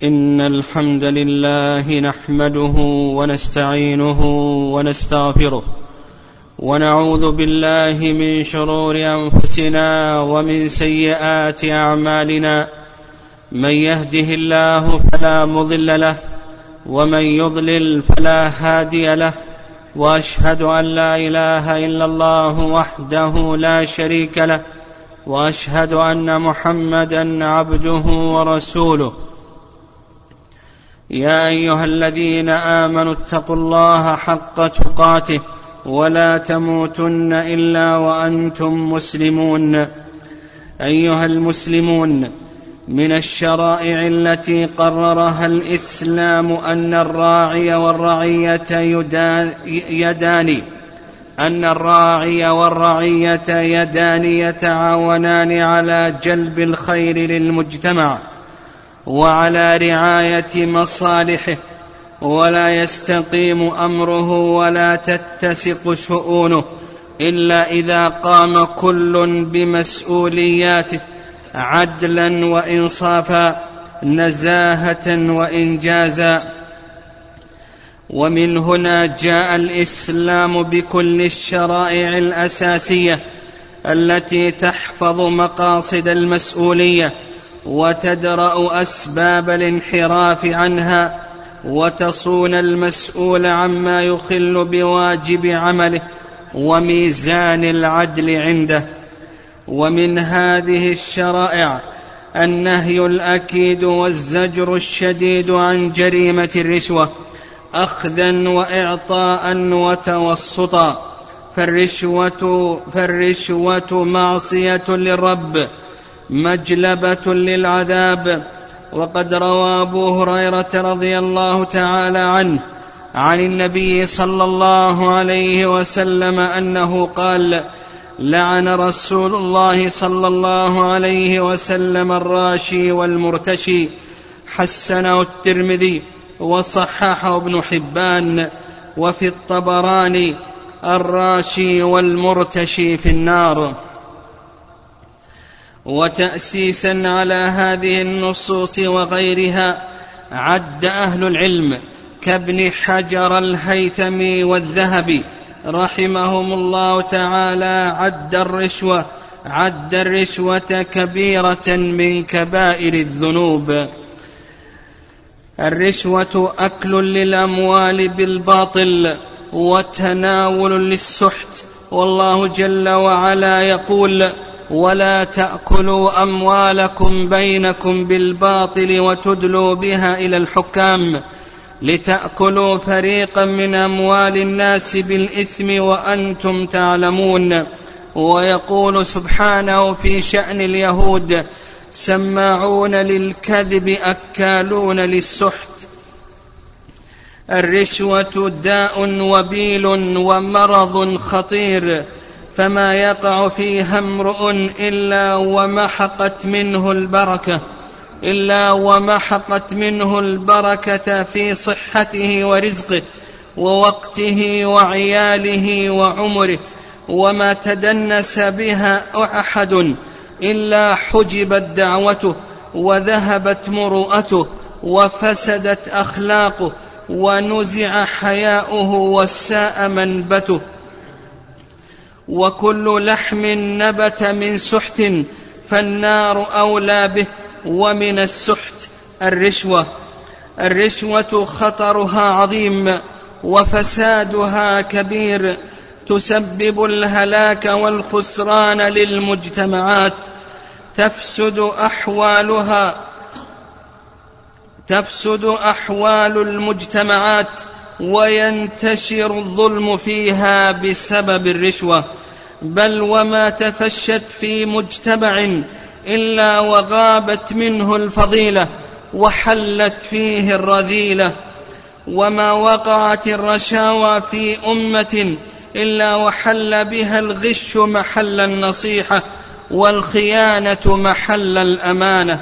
إن الحمد لله نحمده ونستعينه ونستغفره ونعوذ بالله من شرور أنفسنا ومن سيئات أعمالنا. من يهده الله فلا مضل له ومن يضلل فلا هادي له، وأشهد أن لا إله إلا الله وحده لا شريك له، وأشهد أن محمدا عبده ورسوله. يا أيها الذين آمنوا اتقوا الله حق تقاته ولا تموتن إلا وأنتم مسلمون. أيها المسلمون، من الشرائع التي قررها الإسلام أن الراعي والرعية يدان يتعاونان على جلب الخير للمجتمع وعلى رعاية مصالحه، ولا يستقيم أمره ولا تتسق شؤونه إلا إذا قام كل بمسؤولياته عدلا وإنصافا، نزاهة وإنجازا. ومن هنا جاء الإسلام بكل الشرائع الأساسية التي تحفظ مقاصد المسؤولية وتدرأ أسباب الانحراف عنها، وتصون المسؤول عما يخل بواجب عمله وميزان العدل عنده. ومن هذه الشرائع النهي الأكيد والزجر الشديد عن جريمة الرشوة أخذا وإعطاء وتوسطا، فالرشوة معصية للرب مجلبة للعذاب. وقد روى أبو هريرة رضي الله تعالى عنه عن النبي صلى الله عليه وسلم أنه قال: لعن رسول الله صلى الله عليه وسلم الراشي والمرتشي. حسنه الترمذي وصححه ابن حبان. وفي الطبراني: الراشي والمرتشي في النار. وتأسيسا على هذه النصوص وغيرها عد أهل العلم كابن حجر الهيثمي والذهبي رحمهم الله تعالى عد الرشوة كبيرة من كبائر الذنوب. الرشوة أكل للأموال بالباطل وتناول للسحت، والله جل وعلا يقول: ولا تأكلوا أموالكم بينكم بالباطل وتدلوا بها إلى الحكام لتأكلوا فريقا من أموال الناس بالإثم وأنتم تعلمون. ويقول سبحانه في شأن اليهود: سماعون للكذب أكالون للسحت. الرشوة داء وبيل ومرض خطير، فما يقع فيها امرؤ إلا ومحقت منه البركة في صحته ورزقه ووقته وعياله وعمره، وما تدنس بها أحد إلا حجبت دعوته وذهبت مروءته وفسدت أخلاقه ونزع حياؤه وساء منبته. وكل لحم نبت من سحت فالنار أولى به. ومن السحت الرشوة خطرها عظيم وفسادها كبير، تسبب الهلاك والخسران للمجتمعات، تفسد أحوال المجتمعات وينتشر الظلم فيها بسبب الرشوة. بل وما تفشت في مجتمع إلا وغابت منه الفضيلة وحلت فيه الرذيلة، وما وقعت الرشاوى في أمة إلا وحل بها الغش محل النصيحة والخيانة محل الأمانة،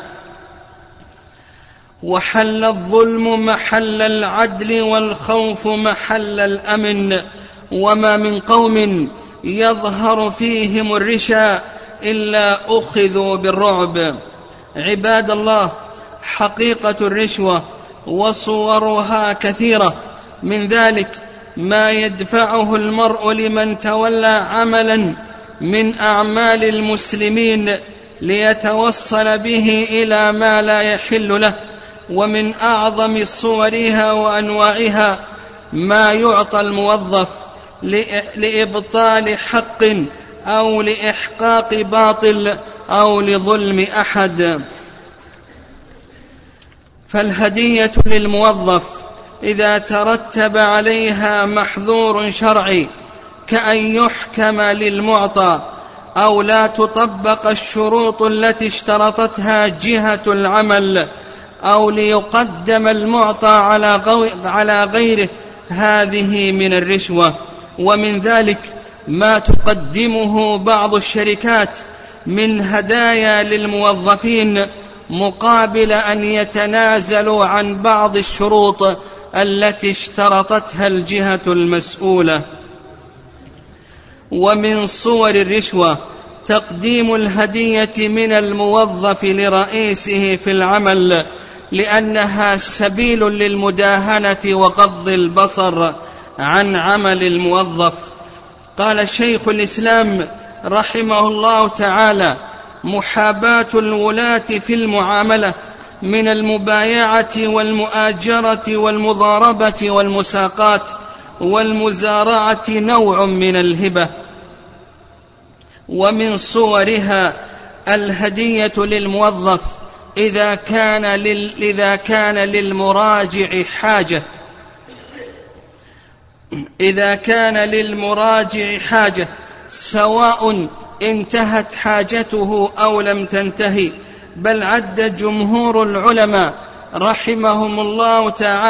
وحل الظلم محل العدل والخوف محل الأمن. وما من قوم يظهر فيهم الرشا إلا أخذوا بالرعب. عباد الله، حقيقة الرشوة وصورها كثيرة. من ذلك ما يدفعه المرء لمن تولى عملا من أعمال المسلمين ليتوصل به إلى ما لا يحل له. ومن أعظم صورها وأنواعها ما يعطى الموظف لإبطال حق أو لإحقاق باطل أو لظلم أحد. فالهدية للموظف إذا ترتب عليها محظور شرعي كأن يحكم للمعطى أو لا تطبق الشروط التي اشترطتها جهة العمل أو ليقدم المعطى على غيره، هذه من الرشوة. ومن ذلك ما تقدمه بعض الشركات من هدايا للموظفين مقابل أن يتنازلوا عن بعض الشروط التي اشترطتها الجهة المسؤولة. ومن صور الرشوة تقديم الهدية من الموظف لرئيسه في العمل، لأنها سبيل للمداهنة وغض البصر عن عمل الموظف. قال شيخ الإسلام رحمه الله تعالى: محاباة الولاة في المعاملة من المبايعة والمؤاجرة والمضاربة والمساقات والمزارعة نوع من الهبة. ومن صورها الهدية للموظف إذا كان للمراجع حاجة سواء انتهت حاجته أو لم تنتهي. بل عد جمهور العلماء رحمهم الله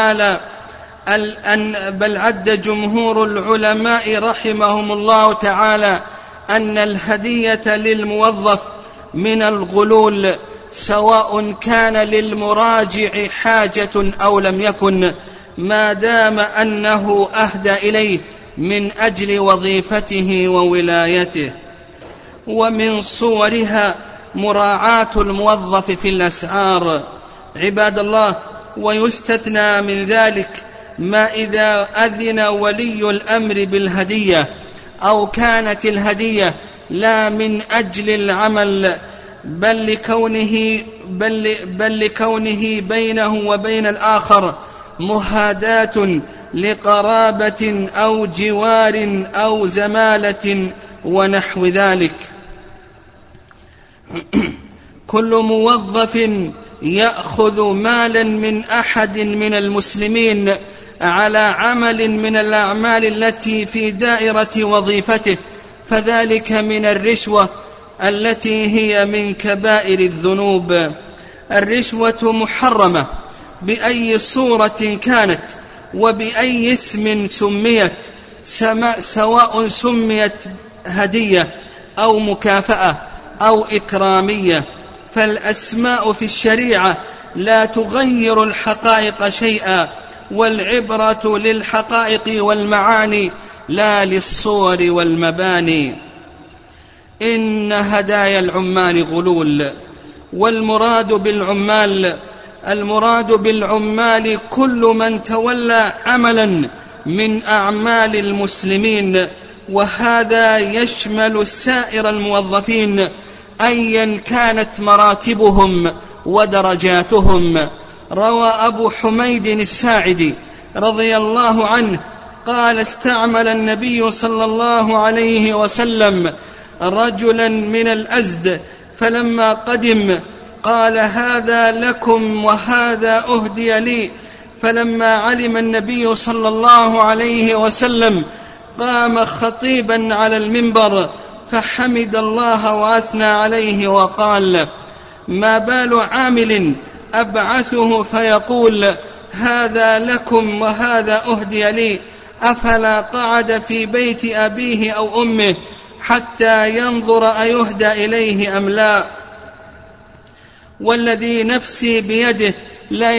تعالى أن الهدية للموظف من الغلول، سواء كان للمراجع حاجة أو لم يكن، ما دام أنه أهدى إليه من أجل وظيفته وولايته. ومن صورها مراعاة الموظف في الأسعار. عباد الله، ويستثنى من ذلك ما إذا أذن ولي الأمر بالهدية أو كانت الهدية لا من أجل العمل بل لكونه بينه وبين الآخر مهاداة لقرابة أو جوار أو زمالة ونحو ذلك. كل موظف يأخذ مالا من أحد من المسلمين على عمل من الأعمال التي في دائرة وظيفته فذلك من الرشوة التي هي من كبائر الذنوب. الرشوة محرمة بأي صورة كانت وبأي اسم سميت، سواء سميت هدية أو مكافأة أو إكرامية. فالأسماء في الشريعة لا تغير الحقائق شيئا، والعبرة للحقائق والمعاني لا للصور والمباني. إن هدايا العمال غلول. والمراد بالعمال كل من تولى عملا من أعمال المسلمين، وهذا يشمل سائر الموظفين أيا كانت مراتبهم ودرجاتهم. روى أبو حميد الساعدي رضي الله عنه قال: استعمل النبي صلى الله عليه وسلم رجلا من الأزد، فلما قدم قال: هذا لكم وهذا أهدي لي. فلما علم النبي صلى الله عليه وسلم قام خطيبا على المنبر فحمد الله وأثنى عليه وقال: ما بال عامل أبعثه فيقول: هذا لكم وهذا أهدي لي، أفلا قعد في بيت أبيه أو أمه حتى ينظر أيهدى إليه أم لا؟ والذي نفسي بيده لا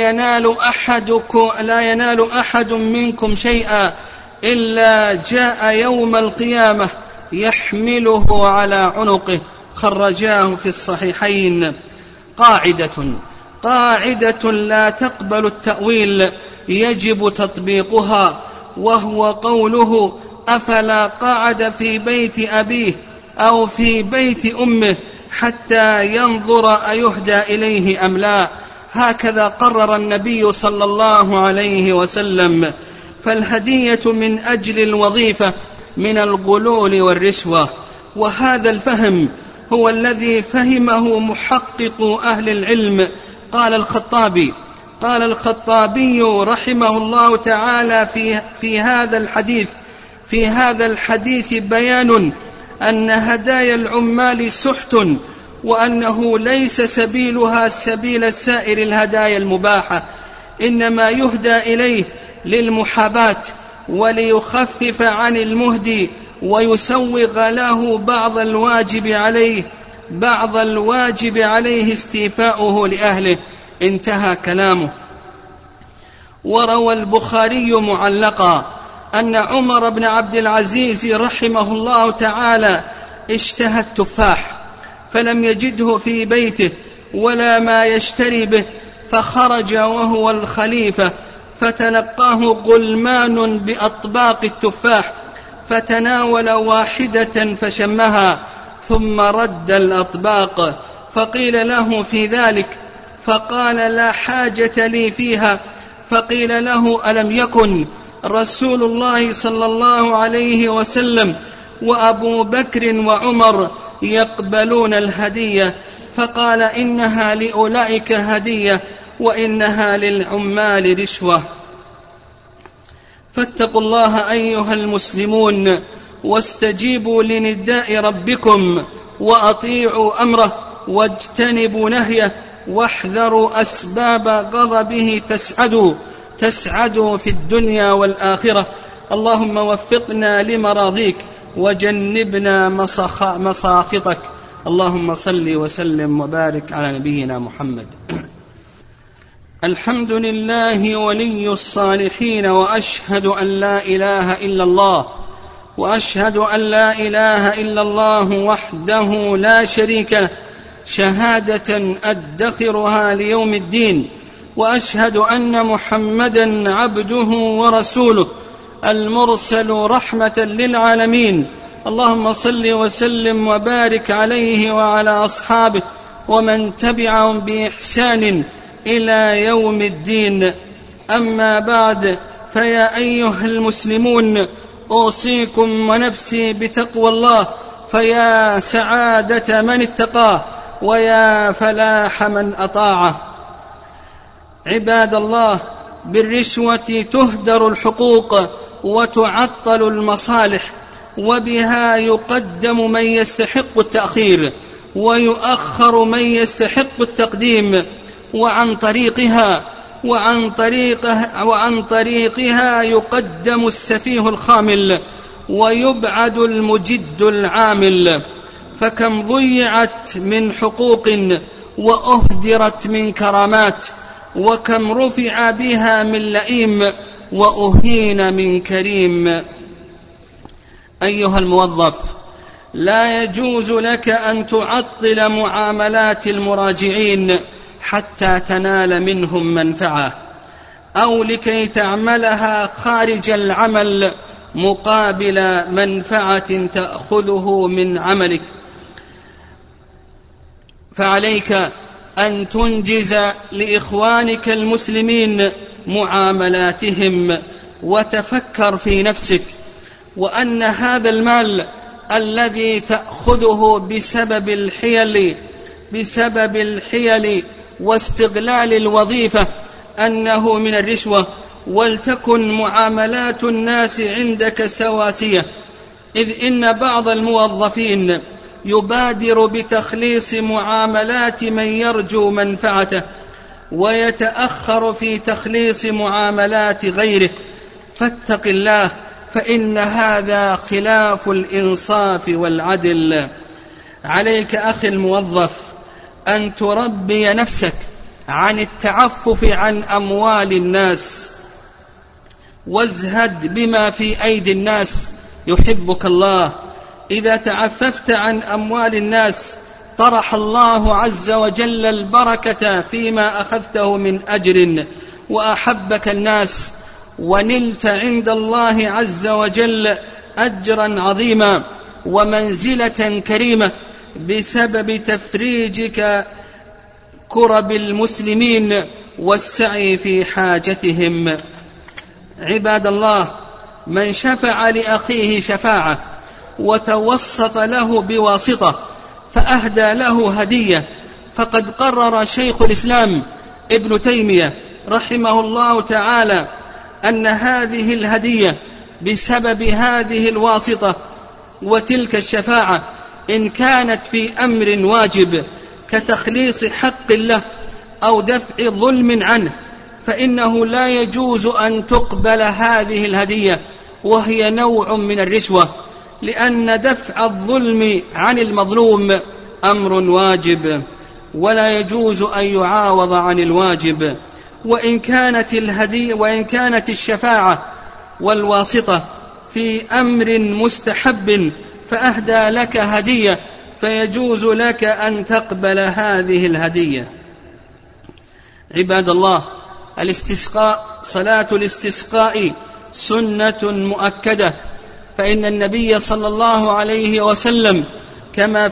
ينال أحد منكم شيئا إلا جاء يوم القيامة يحمله على عنقه. خرجاه في الصحيحين. قاعدة: قاعدة لا تقبل التأويل يجب تطبيقها، وهو قوله: أفلا قعد في بيت أبيه أو في بيت أمه حتى ينظر أيهدى إليه أم لا. هكذا قرر النبي صلى الله عليه وسلم. فالهدية من أجل الوظيفة من الغلول والرشوة. وهذا الفهم هو الذي فهمه محقق أهل العلم. قال الخطابي رحمه الله تعالى في هذا الحديث بيان أن هدايا العمال سحت، وأنه ليس سبيلها سبيل سائر الهدايا المباحة، إنما يهدى إليه للمحاباة وليخفف عن المهدي ويسوغ له بعض الواجب عليه استيفاؤه لأهله. انتهى كلامه. وروى البخاري معلقا أن عمر بن عبد العزيز رحمه الله تعالى اشتهى التفاح فلم يجده في بيته ولا ما يشتري به، فخرج وهو الخليفة فتلقاه غلمان بأطباق التفاح، فتناول واحدة فشمها ثم رد الأطباق، فقيل له في ذلك فقال: لا حاجة لي فيها. فقيل له: ألم يكن رسول الله صلى الله عليه وسلم وأبو بكر وعمر يقبلون الهدية؟ فقال: إنها لأولئك هدية وإنها للعمال رشوة. فاتقوا الله أيها المسلمون، واستجيبوا لنداء ربكم، وأطيعوا أمره، واجتنبوا نهيه، واحذروا أسباب غضبه تسعدوا في الدنيا والآخرة. اللهم وفقنا لمراضيك وجنبنا مساخطك. اللهم صل وسلم وبارك على نبينا محمد. الحمد لله ولي الصالحين، وأشهد أن لا إله إلا الله وحده لا شريك له، شهادة أدخرها ليوم الدين. وأشهد أن محمدا عبده ورسوله المرسل رحمة للعالمين. اللهم صل وسلم وبارك عليه وعلى أصحابه ومن تبعهم بإحسان إلى يوم الدين. أما بعد، فيا أيها المسلمون، أوصيكم ونفسي بتقوى الله، فيا سعادة من اتقاه ويا فلاح من أطاعه. عباد الله، بالرشوة تهدر الحقوق وتعطل المصالح، وبها يقدم من يستحق التأخير ويؤخر من يستحق التقديم، وعن طريقها يقدم السفيه الخامل ويبعد المجد العامل. فكم ضيعت من حقوق وأهدرت من كرامات، وكم رفع بها من لئيم وأهين من كريم. أيها الموظف، لا يجوز لك أن تعطل معاملات المراجعين حتى تنال منهم منفعة، أو لكي تعملها خارج العمل مقابل منفعة تأخذه من عملك. فعليك أن تنجز لإخوانك المسلمين معاملاتهم، وتفكر في نفسك وأن هذا المال الذي تأخذه بسبب الحيل واستغلال الوظيفة أنه من الرشوة. ولتكن معاملات الناس عندك سواسية، إذ إن بعض الموظفين يبادر بتخليص معاملات من يرجو منفعته، ويتأخر في تخليص معاملات غيره. فاتق الله، فإن هذا خلاف الإنصاف والعدل. عليك أخي الموظف أن تربي نفسك عن التعفف عن أموال الناس، وازهد بما في أيدي الناس يحبك الله. إذا تعففت عن أموال الناس طرح الله عز وجل البركة فيما أخذته من أجر، وأحبك الناس، ونلت عند الله عز وجل أجرا عظيما ومنزلة كريمة بسبب تفريجك كرب المسلمين والسعي في حاجتهم. عباد الله، من شفع لأخيه شفاعة وتوسط له بواسطة فأهدى له هدية، فقد قرر شيخ الإسلام ابن تيمية رحمه الله تعالى أن هذه الهدية بسبب هذه الواسطة وتلك الشفاعة إن كانت في أمر واجب كتخليص حق له أو دفع ظلم عنه، فإنه لا يجوز أن تقبل هذه الهدية، وهي نوع من الرشوة، لأن دفع الظلم عن المظلوم أمر واجب ولا يجوز أن يعاوض عن الواجب. وإن كانت الشفاعة والواسطة في أمر مستحب فأهدى لك هدية، فيجوز لك أن تقبل هذه الهدية. عباد الله، صلاة الاستسقاء سنة مؤكدة، فإن النبي صلى الله عليه وسلم كما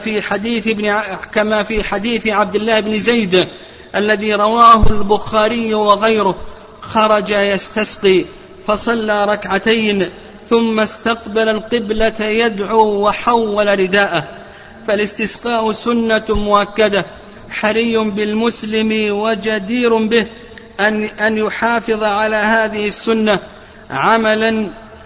في حديث عبد الله بن زيد الذي رواه البخاري وغيره، خرج يستسقي فصلى ركعتين ثم استقبل القبلة يدعو وحول رداءه. فالاستسقاء سنة مؤكدة، حري بالمسلم وجدير به أن يحافظ على هذه السنة عملا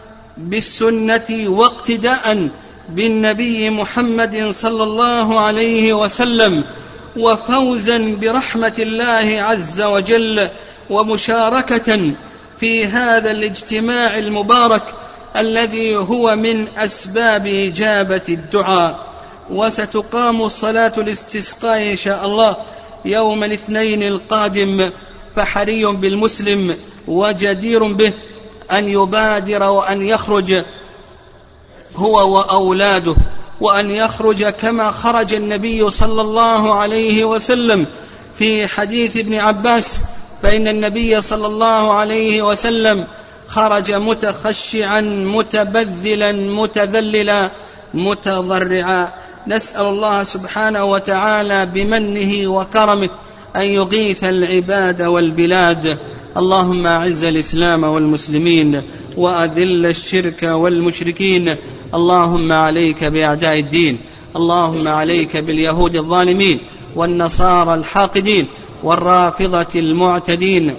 بالسنة واقتداء بالنبي محمد صلى الله عليه وسلم، وفوزا برحمة الله عز وجل، ومشاركة في هذا الاجتماع المبارك الذي هو من أسباب إجابة الدعاء. وستقام صلاة الاستسقاء إن شاء الله يوم الاثنين القادم، فحري بالمسلم وجدير به أن يبادر وأن يخرج هو وأولاده، وأن يخرج كما خرج النبي صلى الله عليه وسلم في حديث ابن عباس، فإن النبي صلى الله عليه وسلم خرج متخشعا متبذلا متذللا متضرعا. نسأل الله سبحانه وتعالى بمنه وكرمه أن يغيث العباد والبلاد. اللهم أعز الإسلام والمسلمين وأذل الشرك والمشركين. اللهم عليك بأعداء الدين، اللهم عليك باليهود الظالمين والنصارى الحاقدين والرافضة المعتدين.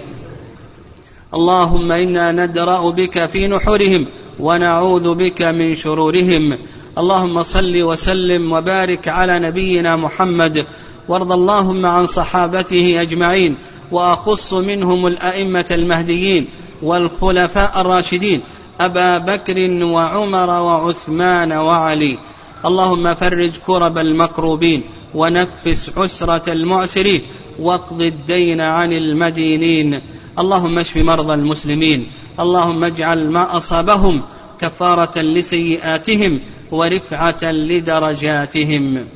اللهم إنا ندرأ بك في نحورهم ونعوذ بك من شرورهم. اللهم صل وسلم وبارك على نبينا محمد، وارض اللهم عن صحابته أجمعين، وأخص منهم الأئمة المهديين والخلفاء الراشدين أبا بكر وعمر وعثمان وعلي. اللهم فرج كرب المكروبين ونفس عسرة المعسرين واقض الدين عن المدينين. اللهم اشف مرضى المسلمين، اللهم اجعل ما أصابهم كفارة لسيئاتهم ورفعة لدرجاتهم.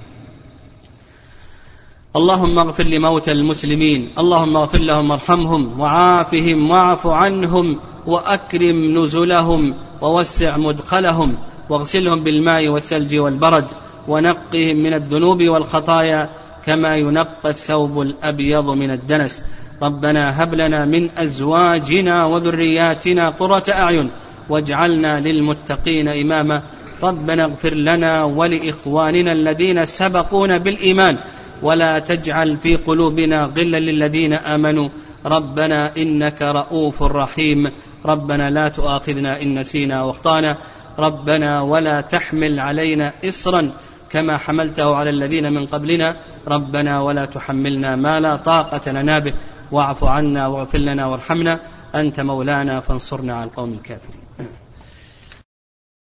اللهم اغفر لموتى المسلمين، اللهم اغفر لهم وارحمهم وعافهم واعف عنهم وأكرم نزلهم ووسع مدخلهم، واغسلهم بالماء والثلج والبرد، ونقهم من الذنوب والخطايا كما ينقى الثوب الأبيض من الدنس. ربنا هب لنا من أزواجنا وذرياتنا قرة أعين واجعلنا للمتقين إماما. ربنا اغفر لنا ولإخواننا الذين سبقونا بالإيمان ولا تجعل في قلوبنا غلا للذين آمنوا ربنا إنك رؤوف رحيم. ربنا لا تؤاخذنا إن نسينا واخطأنا، ربنا ولا تحمل علينا إصرا كما حملته على الذين من قبلنا، ربنا ولا تحملنا ما لا طاقة لنا به، واعف عنا واغفر لنا وارحمنا، أنت مولانا فانصرنا على القوم الكافرين.